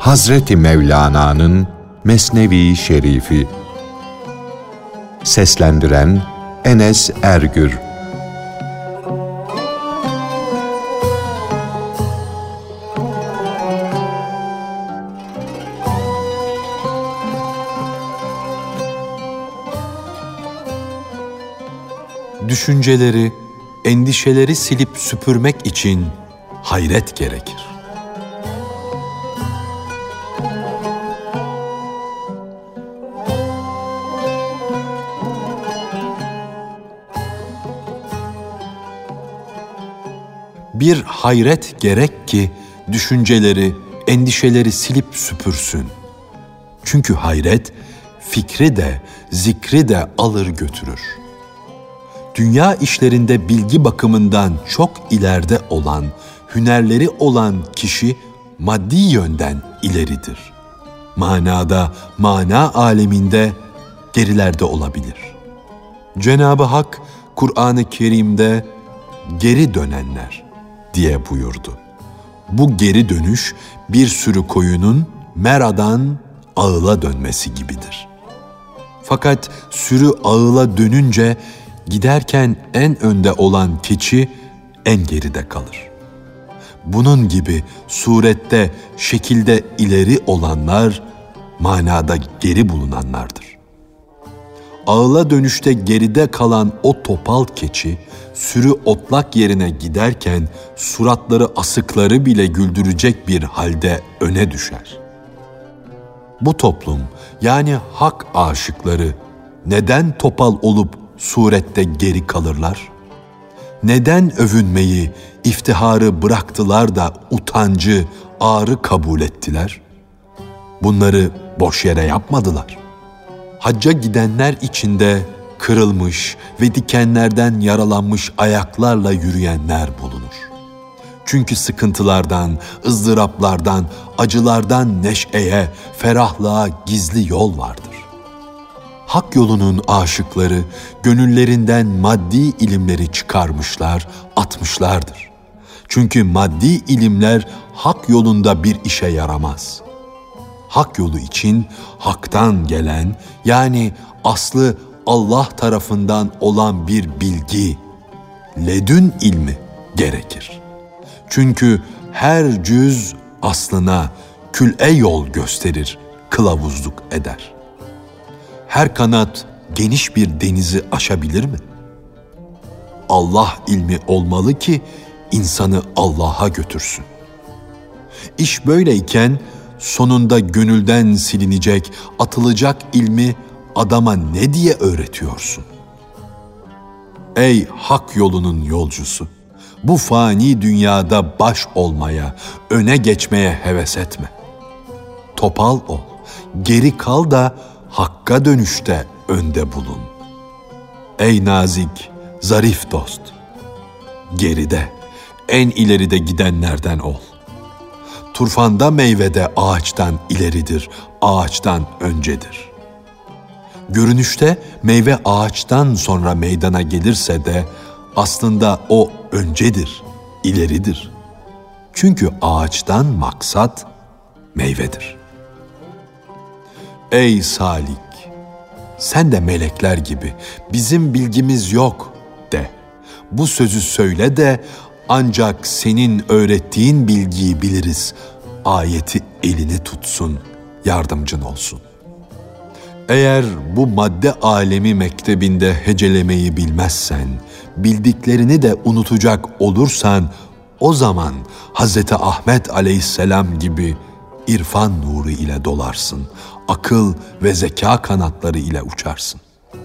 Hazreti Mevlana'nın Mesnevi Şerifi. Seslendiren Enes Ergür. Düşünceleri, endişeleri silip süpürmek için hayret gerekir. Bir hayret gerek ki düşünceleri, endişeleri silip süpürsün. Çünkü hayret, fikri de, zikri de alır götürür. Dünya işlerinde bilgi bakımından çok ileride olan, hünerleri olan kişi maddi yönden ileridir. Manada, mana aleminde gerilerde olabilir. Cenab-ı Hak Kur'an-ı Kerim'de geri dönenler diye buyurdu. Bu geri dönüş bir sürü koyunun meradan ağıla dönmesi gibidir. Fakat sürü ağıla dönünce giderken en önde olan keçi en geride kalır. Bunun gibi surette, şekilde ileri olanlar manada geri bulunanlardır. Ağıla dönüşte geride kalan o topal keçi, sürü otlak yerine giderken suratları asıkları bile güldürecek bir halde öne düşer. Bu toplum, yani hak aşıkları neden topal olup surette geri kalırlar? Neden övünmeyi, iftiharı bıraktılar da utancı, ağrı kabul ettiler? Bunları boş yere yapmadılar. Hacca gidenler içinde kırılmış ve dikenlerden yaralanmış ayaklarla yürüyenler bulunur. Çünkü sıkıntılardan, ızdıraplardan, acılardan neşeye, ferahlığa gizli yol vardır. Hak yolunun aşıkları gönüllerinden maddi ilimleri çıkarmışlar, atmışlardır. Çünkü maddi ilimler hak yolunda bir işe yaramaz. Hak yolu için haktan gelen, yani aslı Allah tarafından olan bir bilgi, ledün ilmi gerekir. Çünkü her cüz aslına kül'e yol gösterir, kılavuzluk eder. Her kanat geniş bir denizi aşabilir mi? Allah ilmi olmalı ki insanı Allah'a götürsün. İş böyleyken sonunda gönülden silinecek, atılacak ilmi adama ne diye öğretiyorsun? Ey hak yolunun yolcusu! Bu fani dünyada baş olmaya, öne geçmeye heves etme. Topal ol, geri kal da Hakka dönüşte önde bulun. Ey nazik, zarif dost! Geride, en ileride gidenlerden ol. Turfanda meyvede ağaçtan ileridir, ağaçtan öncedir. Görünüşte meyve ağaçtan sonra meydana gelirse de aslında o öncedir, ileridir. Çünkü ağaçtan maksat meyvedir. Ey salik! Sen de melekler gibi bizim bilgimiz yok de. Bu sözü söyle de ancak senin öğrettiğin bilgiyi biliriz. Ayeti elini tutsun, yardımcın olsun. Eğer bu madde alemi mektebinde hecelemeyi bilmezsen, bildiklerini de unutacak olursan, o zaman Hz. Ahmet aleyhisselam gibi irfan nuru ile dolarsın, akıl ve zeka kanatları ile uçarsın.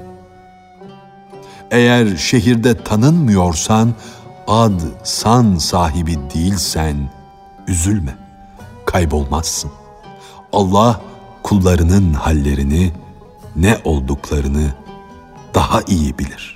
Eğer şehirde tanınmıyorsan, ad, san sahibi değilsen, üzülme, kaybolmazsın. Allah kullarının hallerini, ne olduklarını daha iyi bilir.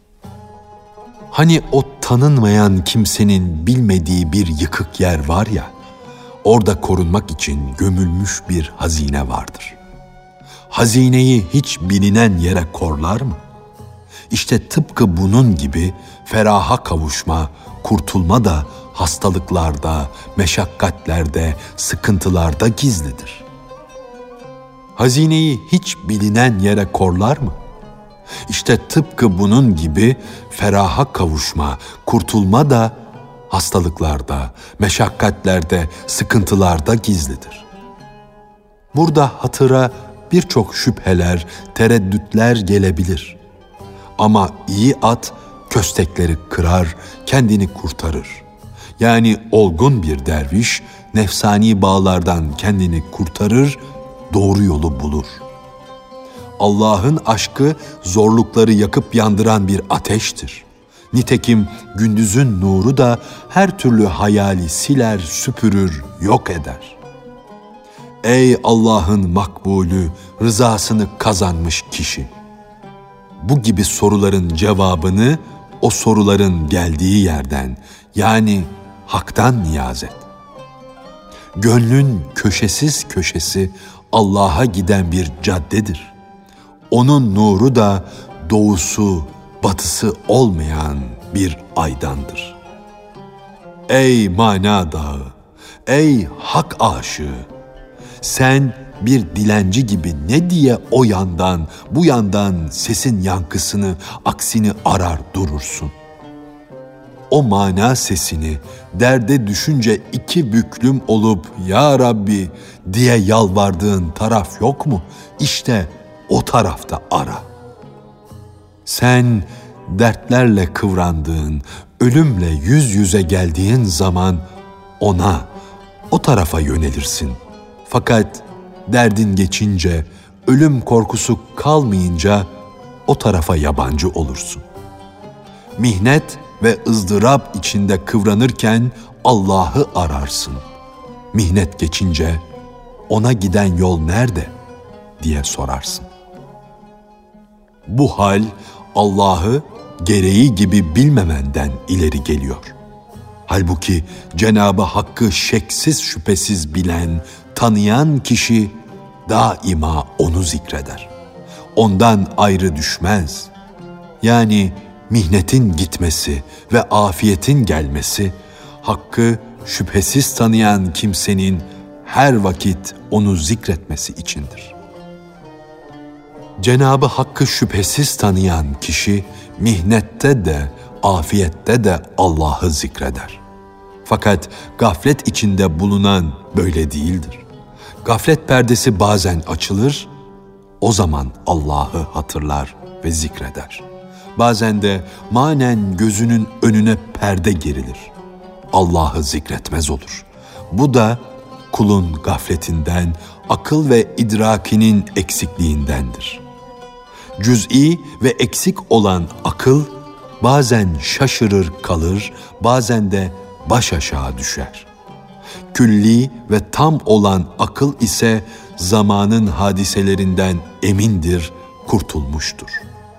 Hani o tanınmayan kimsenin bilmediği bir yıkık yer var ya, orada korunmak için gömülmüş bir hazine vardır. Hazineyi hiç bilinen yere korlar mı? İşte tıpkı bunun gibi feraha kavuşma, kurtulma da hastalıklarda, meşakkatlerde, sıkıntılarda gizlidir. Hazineyi hiç bilinen yere korlar mı? İşte tıpkı bunun gibi feraha kavuşma, kurtulma da hastalıklarda, meşakkatlerde, sıkıntılarda gizlidir. Burada hatıra birçok şüpheler, tereddütler gelebilir. Ama iyi at köstekleri kırar, kendini kurtarır. Yani olgun bir derviş nefsani bağlardan kendini kurtarır, doğru yolu bulur. Allah'ın aşkı zorlukları yakıp yandıran bir ateştir. Nitekim gündüzün nuru da her türlü hayali siler, süpürür, yok eder. Ey Allah'ın makbulü, rızasını kazanmış kişi! Bu gibi soruların cevabını o soruların geldiği yerden, yani haktan niyaz et. Gönlün köşesiz köşesi Allah'a giden bir caddedir. Onun nuru da doğusu, batısı olmayan bir aydandır. Ey mana dağı, ey hak aşığı! Sen bir dilenci gibi ne diye o yandan, bu yandan sesin yankısını, aksini arar durursun? O mana sesini derde düşünce iki büklüm olup "Ya Rabbi" diye yalvardığın taraf yok mu? İşte o tarafta ara. Sen dertlerle kıvrandığın, ölümle yüz yüze geldiğin zaman ona, o tarafa yönelirsin. Fakat derdin geçince, ölüm korkusu kalmayınca o tarafa yabancı olursun. Mihnet ve ızdırap içinde kıvranırken Allah'ı ararsın. Mihnet geçince ona giden yol nerede diye sorarsın. Bu hal Allah'ı gereği gibi bilmemenden ileri geliyor. Halbuki Cenab-ı Hakk'ı şeksiz şüphesiz bilen, tanıyan kişi daima onu zikreder. Ondan ayrı düşmez. Yani mihnetin gitmesi ve afiyetin gelmesi, Hakk'ı şüphesiz tanıyan kimsenin her vakit onu zikretmesi içindir. Cenab-ı Hakk'ı şüphesiz tanıyan kişi, mihnette de, afiyette de Allah'ı zikreder. Fakat gaflet içinde bulunan böyle değildir. Gaflet perdesi bazen açılır, o zaman Allah'ı hatırlar ve zikreder. Bazen de manen gözünün önüne perde gerilir. Allah'ı zikretmez olur. Bu da kulun gafletinden, akıl ve idrakinin eksikliğindendir. Cüz'i ve eksik olan akıl bazen şaşırır kalır, bazen de baş aşağı düşer. Külli ve tam olan akıl ise zamanın hadiselerinden emindir, kurtulmuştur.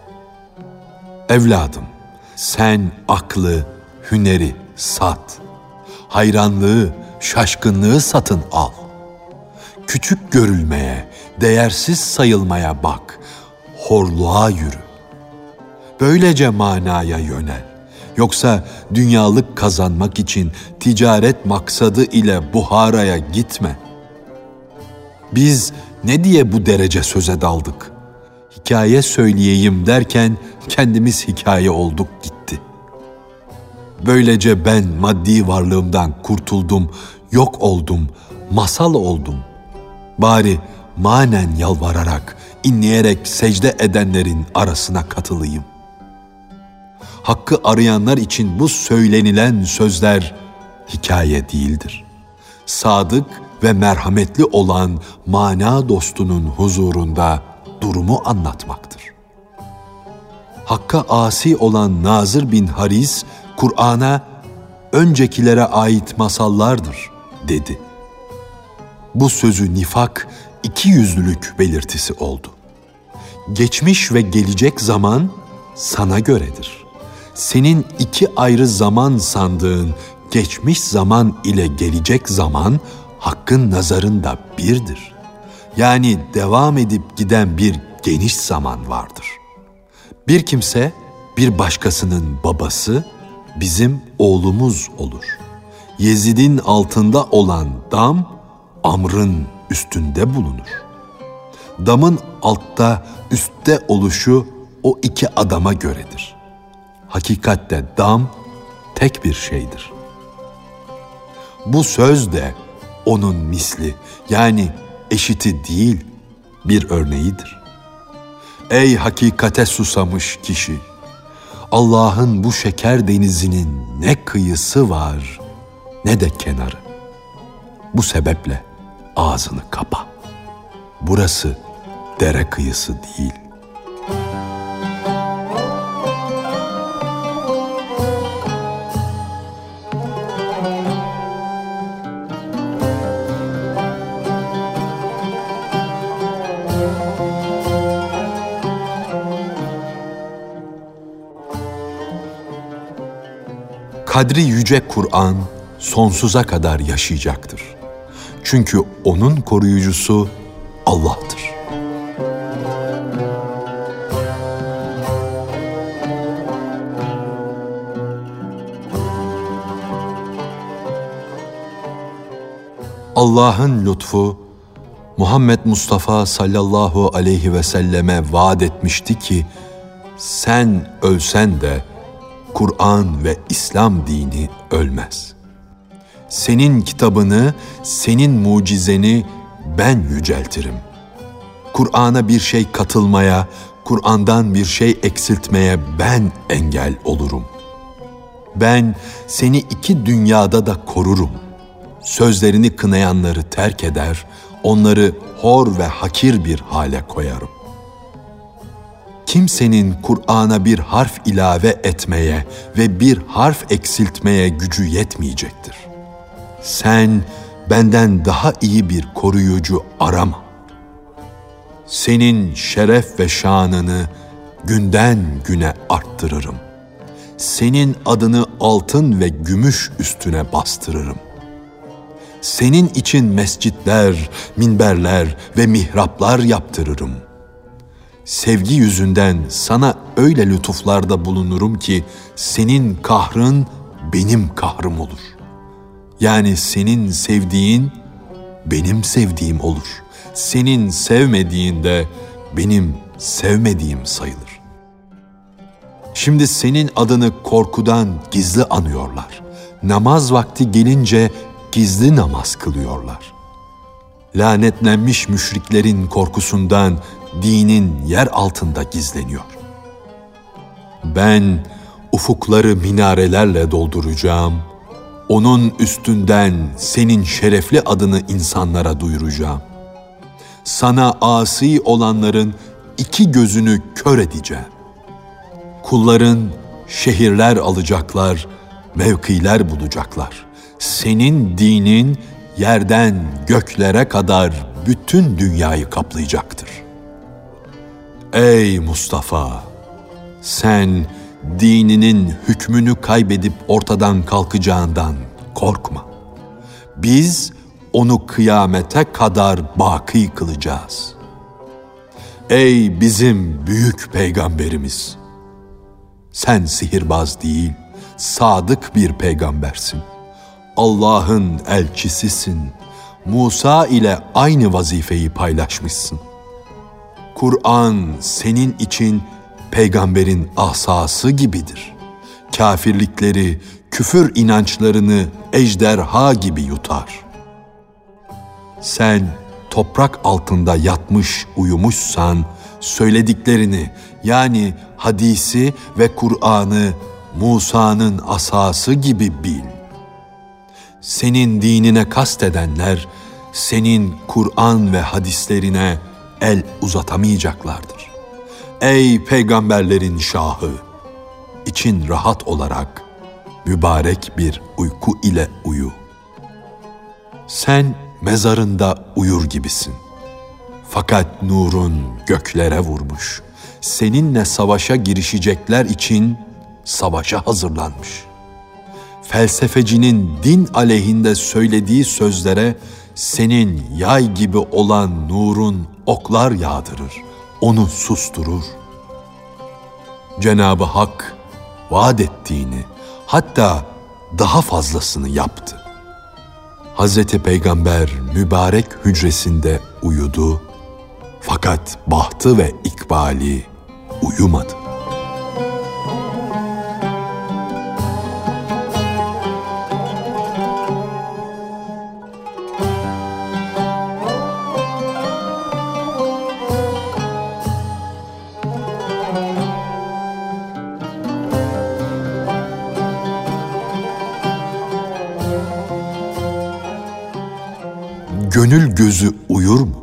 Evladım, sen aklı, hüneri sat. Hayranlığı, şaşkınlığı satın al. Küçük görülmeye, değersiz sayılmaya bak. Horluğa yürü. Böylece manaya yönel. Yoksa dünyalık kazanmak için ticaret maksadı ile Buhara'ya gitme. Biz ne diye bu derece söze daldık? Hikaye söyleyeyim derken kendimiz hikaye olduk gitti. Böylece ben maddi varlığımdan kurtuldum, yok oldum, masal oldum. Bari manen yalvararak, inleyerek secde edenlerin arasına katılayım. Hakkı arayanlar için bu söylenilen sözler hikaye değildir. Sadık ve merhametli olan mana dostunun huzurunda durumu anlatmaktır. Hakka asi olan Nazır bin Haris, Kur'an'a öncekilere ait masallardır dedi. Bu sözü nifak, ikiyüzlülük belirtisi oldu. Geçmiş ve gelecek zaman sana göredir. Senin iki ayrı zaman sandığın geçmiş zaman ile gelecek zaman Hakk'ın nazarında birdir. Yani devam edip giden bir geniş zaman vardır. Bir kimse bir başkasının babası bizim oğlumuz olur. Yezid'in altında olan dam, Amr'ın üstünde bulunur. Damın altta, üstte oluşu o iki adama göredir. Hakikatte dam tek bir şeydir. Bu söz de onun misli, yani eşiti değil, bir örneğidir. Ey hakikate susamış kişi! Allah'ın bu şeker denizinin ne kıyısı var, ne de kenarı. Bu sebeple ağzını kapa. Burası dere kıyısı değil. Kadri yüce Kur'an sonsuza kadar yaşayacaktır. Çünkü onun koruyucusu Allah'tır. Allah'ın lütfu Muhammed Mustafa sallallahu aleyhi ve selleme vaat etmişti ki sen ölsen de Kur'an ve İslam dini ölmez. Senin kitabını, senin mucizeni ben yüceltirim. Kur'an'a bir şey katılmaya, Kur'an'dan bir şey eksiltmeye ben engel olurum. Ben seni iki dünyada da korurum. Sözlerini kınayanları terk eder, onları hor ve hakir bir hale koyarım. Kimsenin Kur'an'a bir harf ilave etmeye ve bir harf eksiltmeye gücü yetmeyecektir. Sen benden daha iyi bir koruyucu arama. Senin şeref ve şanını günden güne arttırırım. Senin adını altın ve gümüş üstüne bastırırım. Senin için mescitler, minberler ve mihraplar yaptırırım. Sevgi yüzünden sana öyle lütuflarda bulunurum ki senin kahrın benim kahrım olur. Yani senin sevdiğin benim sevdiğim olur. Senin sevmediğin de benim sevmediğim sayılır. Şimdi senin adını korkudan gizli anıyorlar. Namaz vakti gelince gizli namaz kılıyorlar. Lanetlenmiş müşriklerin korkusundan dinin yer altında gizleniyor. Ben ufukları minarelerle dolduracağım, onun üstünden senin şerefli adını insanlara duyuracağım. Sana asi olanların iki gözünü kör edeceğim. Kulların şehirler alacaklar, mevkiler bulacaklar. Senin dinin yerden göklere kadar bütün dünyayı kaplayacaktır. Ey Mustafa! Sen dininin hükmünü kaybedip ortadan kalkacağından korkma. Biz onu kıyamete kadar baki kılacağız. Ey bizim büyük peygamberimiz! Sen sihirbaz değil, sadık bir peygambersin. Allah'ın elçisisin. Musa ile aynı vazifeyi paylaşmışsın. Kur'an senin için peygamberin asası gibidir. Kafirlikleri, küfür inançlarını ejderha gibi yutar. Sen toprak altında yatmış uyumuşsan, söylediklerini yani hadisi ve Kur'an'ı Musa'nın asası gibi bil. Senin dinine kastedenler, senin Kur'an ve hadislerine el uzatamayacaklardır. Ey peygamberlerin şahı! İçin rahat olarak mübarek bir uyku ile uyu. Sen mezarında uyur gibisin. Fakat nurun göklere vurmuş. Seninle savaşa girişecekler için savaşa hazırlanmış. Felsefecinin din aleyhinde söylediği sözlere senin yay gibi olan nurun oklar yağdırır, onu susturur. Cenab-ı Hak vaat ettiğini, hatta daha fazlasını yaptı. Hazreti Peygamber mübarek hücresinde uyudu, fakat bahtı ve ikbali uyumadı. Gönül gözü uyur mu?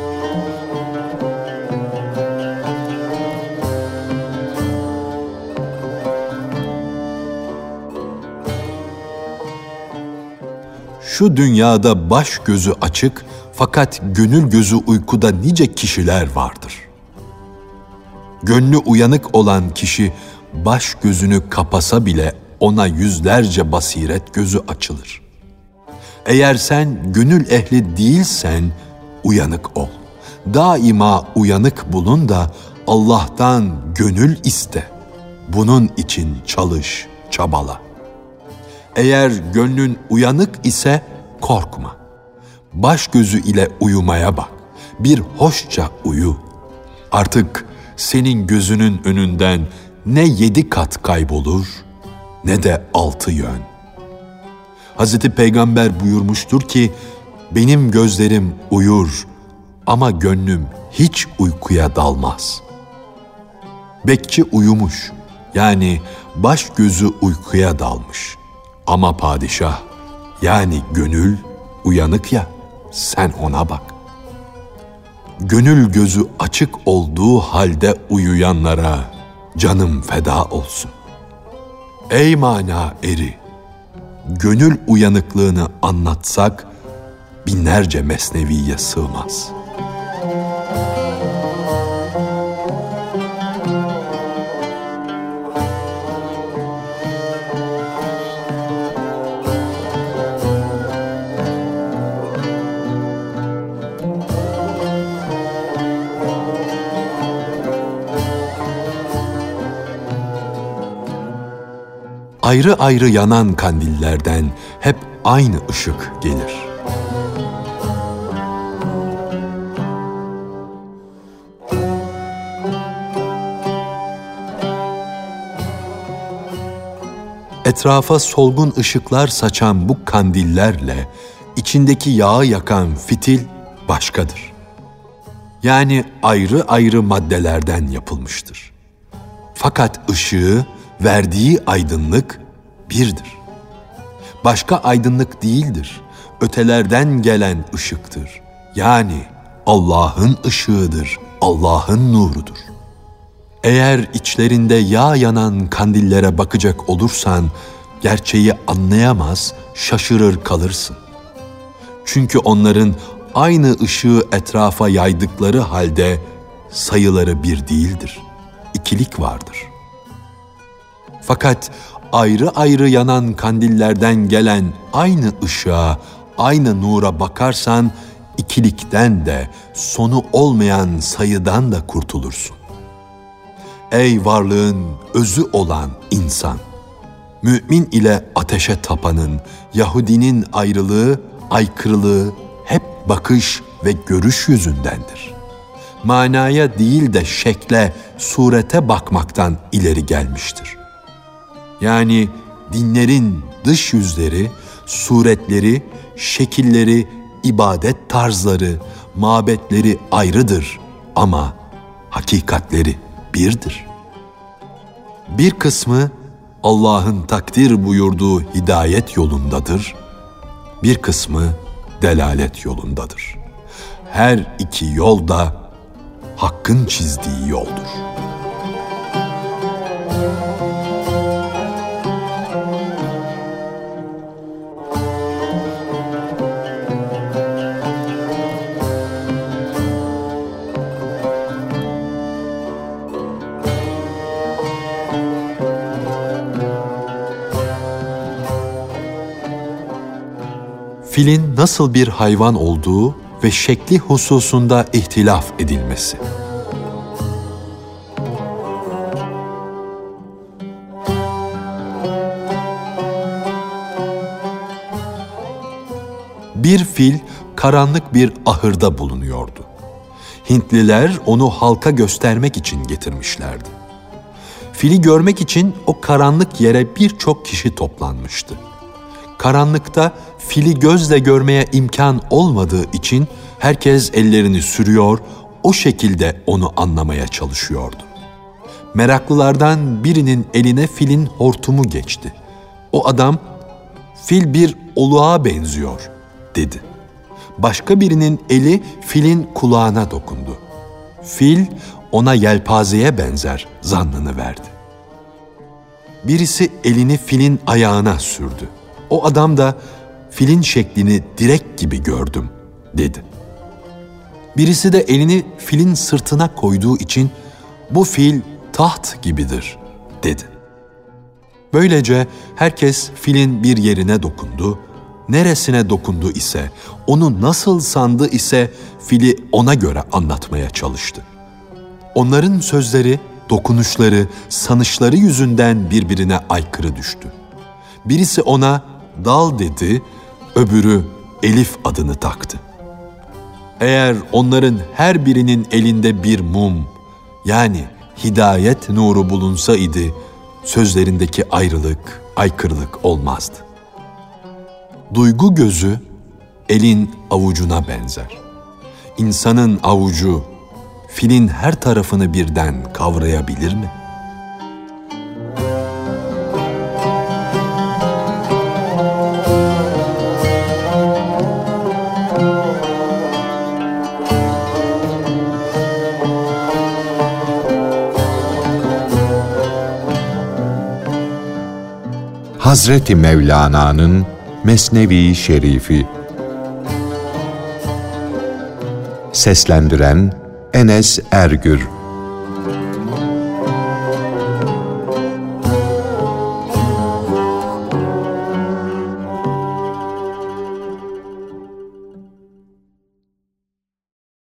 Şu dünyada baş gözü açık fakat gönül gözü uykuda nice kişiler vardır. Gönlü uyanık olan kişi baş gözünü kapasa bile ona yüzlerce basiret gözü açılır. Eğer sen gönül ehli değilsen uyanık ol. Daima uyanık bulun da Allah'tan gönül iste. Bunun için çalış, çabala. Eğer gönlün uyanık ise korkma. Baş gözü ile uyumaya bak. Bir hoşça uyu. Artık senin gözünün önünden ne 7 kat kaybolur ne de 6 yön. Hazreti Peygamber buyurmuştur ki, benim gözlerim uyur ama gönlüm hiç uykuya dalmaz. Bekçi uyumuş, yani baş gözü uykuya dalmış. Ama padişah, yani gönül uyanık ya, sen ona bak. Gönül gözü açık olduğu halde uyuyanlara canım feda olsun. Ey mana eri! Gönül uyanıklığını anlatsak binlerce mesneviye sığmaz. Ayrı ayrı yanan kandillerden hep aynı ışık gelir. Etrafa solgun ışıklar saçan bu kandillerle içindeki yağı yakan fitil başkadır. Yani ayrı ayrı maddelerden yapılmıştır. Fakat ışığı, verdiği aydınlık birdir. Başka aydınlık değildir. Ötelerden gelen ışıktır. Yani Allah'ın ışığıdır, Allah'ın nurudur. Eğer içlerinde yağ yanan kandillere bakacak olursan, gerçeği anlayamaz, şaşırır kalırsın. Çünkü onların aynı ışığı etrafa yaydıkları halde sayıları bir değildir. İkilik vardır. Fakat ayrı ayrı yanan kandillerden gelen aynı ışığa, aynı nura bakarsan, ikilikten de, sonu olmayan sayıdan da kurtulursun. Ey varlığın özü olan insan! Mümin ile ateşe tapanın, Yahudinin ayrılığı, aykırılığı hep bakış ve görüş yüzündendir. Manaya değil de şekle, surete bakmaktan ileri gelmiştir. Yani dinlerin dış yüzleri, suretleri, şekilleri, ibadet tarzları, mabetleri ayrıdır ama hakikatleri birdir. Bir kısmı Allah'ın takdir buyurduğu hidayet yolundadır, bir kısmı delalet yolundadır. Her iki yol da Hakk'ın çizdiği yoldur. Filin nasıl bir hayvan olduğu ve şekli hususunda ihtilaf edilmesi. Bir fil karanlık bir ahırda bulunuyordu. Hintliler onu halka göstermek için getirmişlerdi. Fili görmek için o karanlık yere birçok kişi toplanmıştı. Karanlıkta fili gözle görmeye imkan olmadığı için herkes ellerini sürüyor, o şekilde onu anlamaya çalışıyordu. Meraklılardan birinin eline filin hortumu geçti. O adam, "Fil bir oluğa benziyor," dedi. Başka birinin eli filin kulağına dokundu. Fil ona yelpazeye benzer zannını verdi. Birisi elini filin ayağına sürdü. O adam da filin şeklini direk gibi gördüm dedi. Birisi de elini filin sırtına koyduğu için bu fil taht gibidir dedi. Böylece herkes filin bir yerine dokundu, neresine dokundu ise, onu nasıl sandı ise fili ona göre anlatmaya çalıştı. Onların sözleri, dokunuşları, sanışları yüzünden birbirine aykırı düştü. Birisi ona dal dedi, öbürü Elif adını taktı. Eğer onların her birinin elinde bir mum, yani hidayet nuru bulunsaydı, sözlerindeki ayrılık, aykırılık olmazdı. Duygu gözü, elin avucuna benzer. İnsanın avucu, filin her tarafını birden kavrayabilir mi? Hazreti Mevlana'nın Mesnevi Şerifi. Seslendiren Enes Ergür.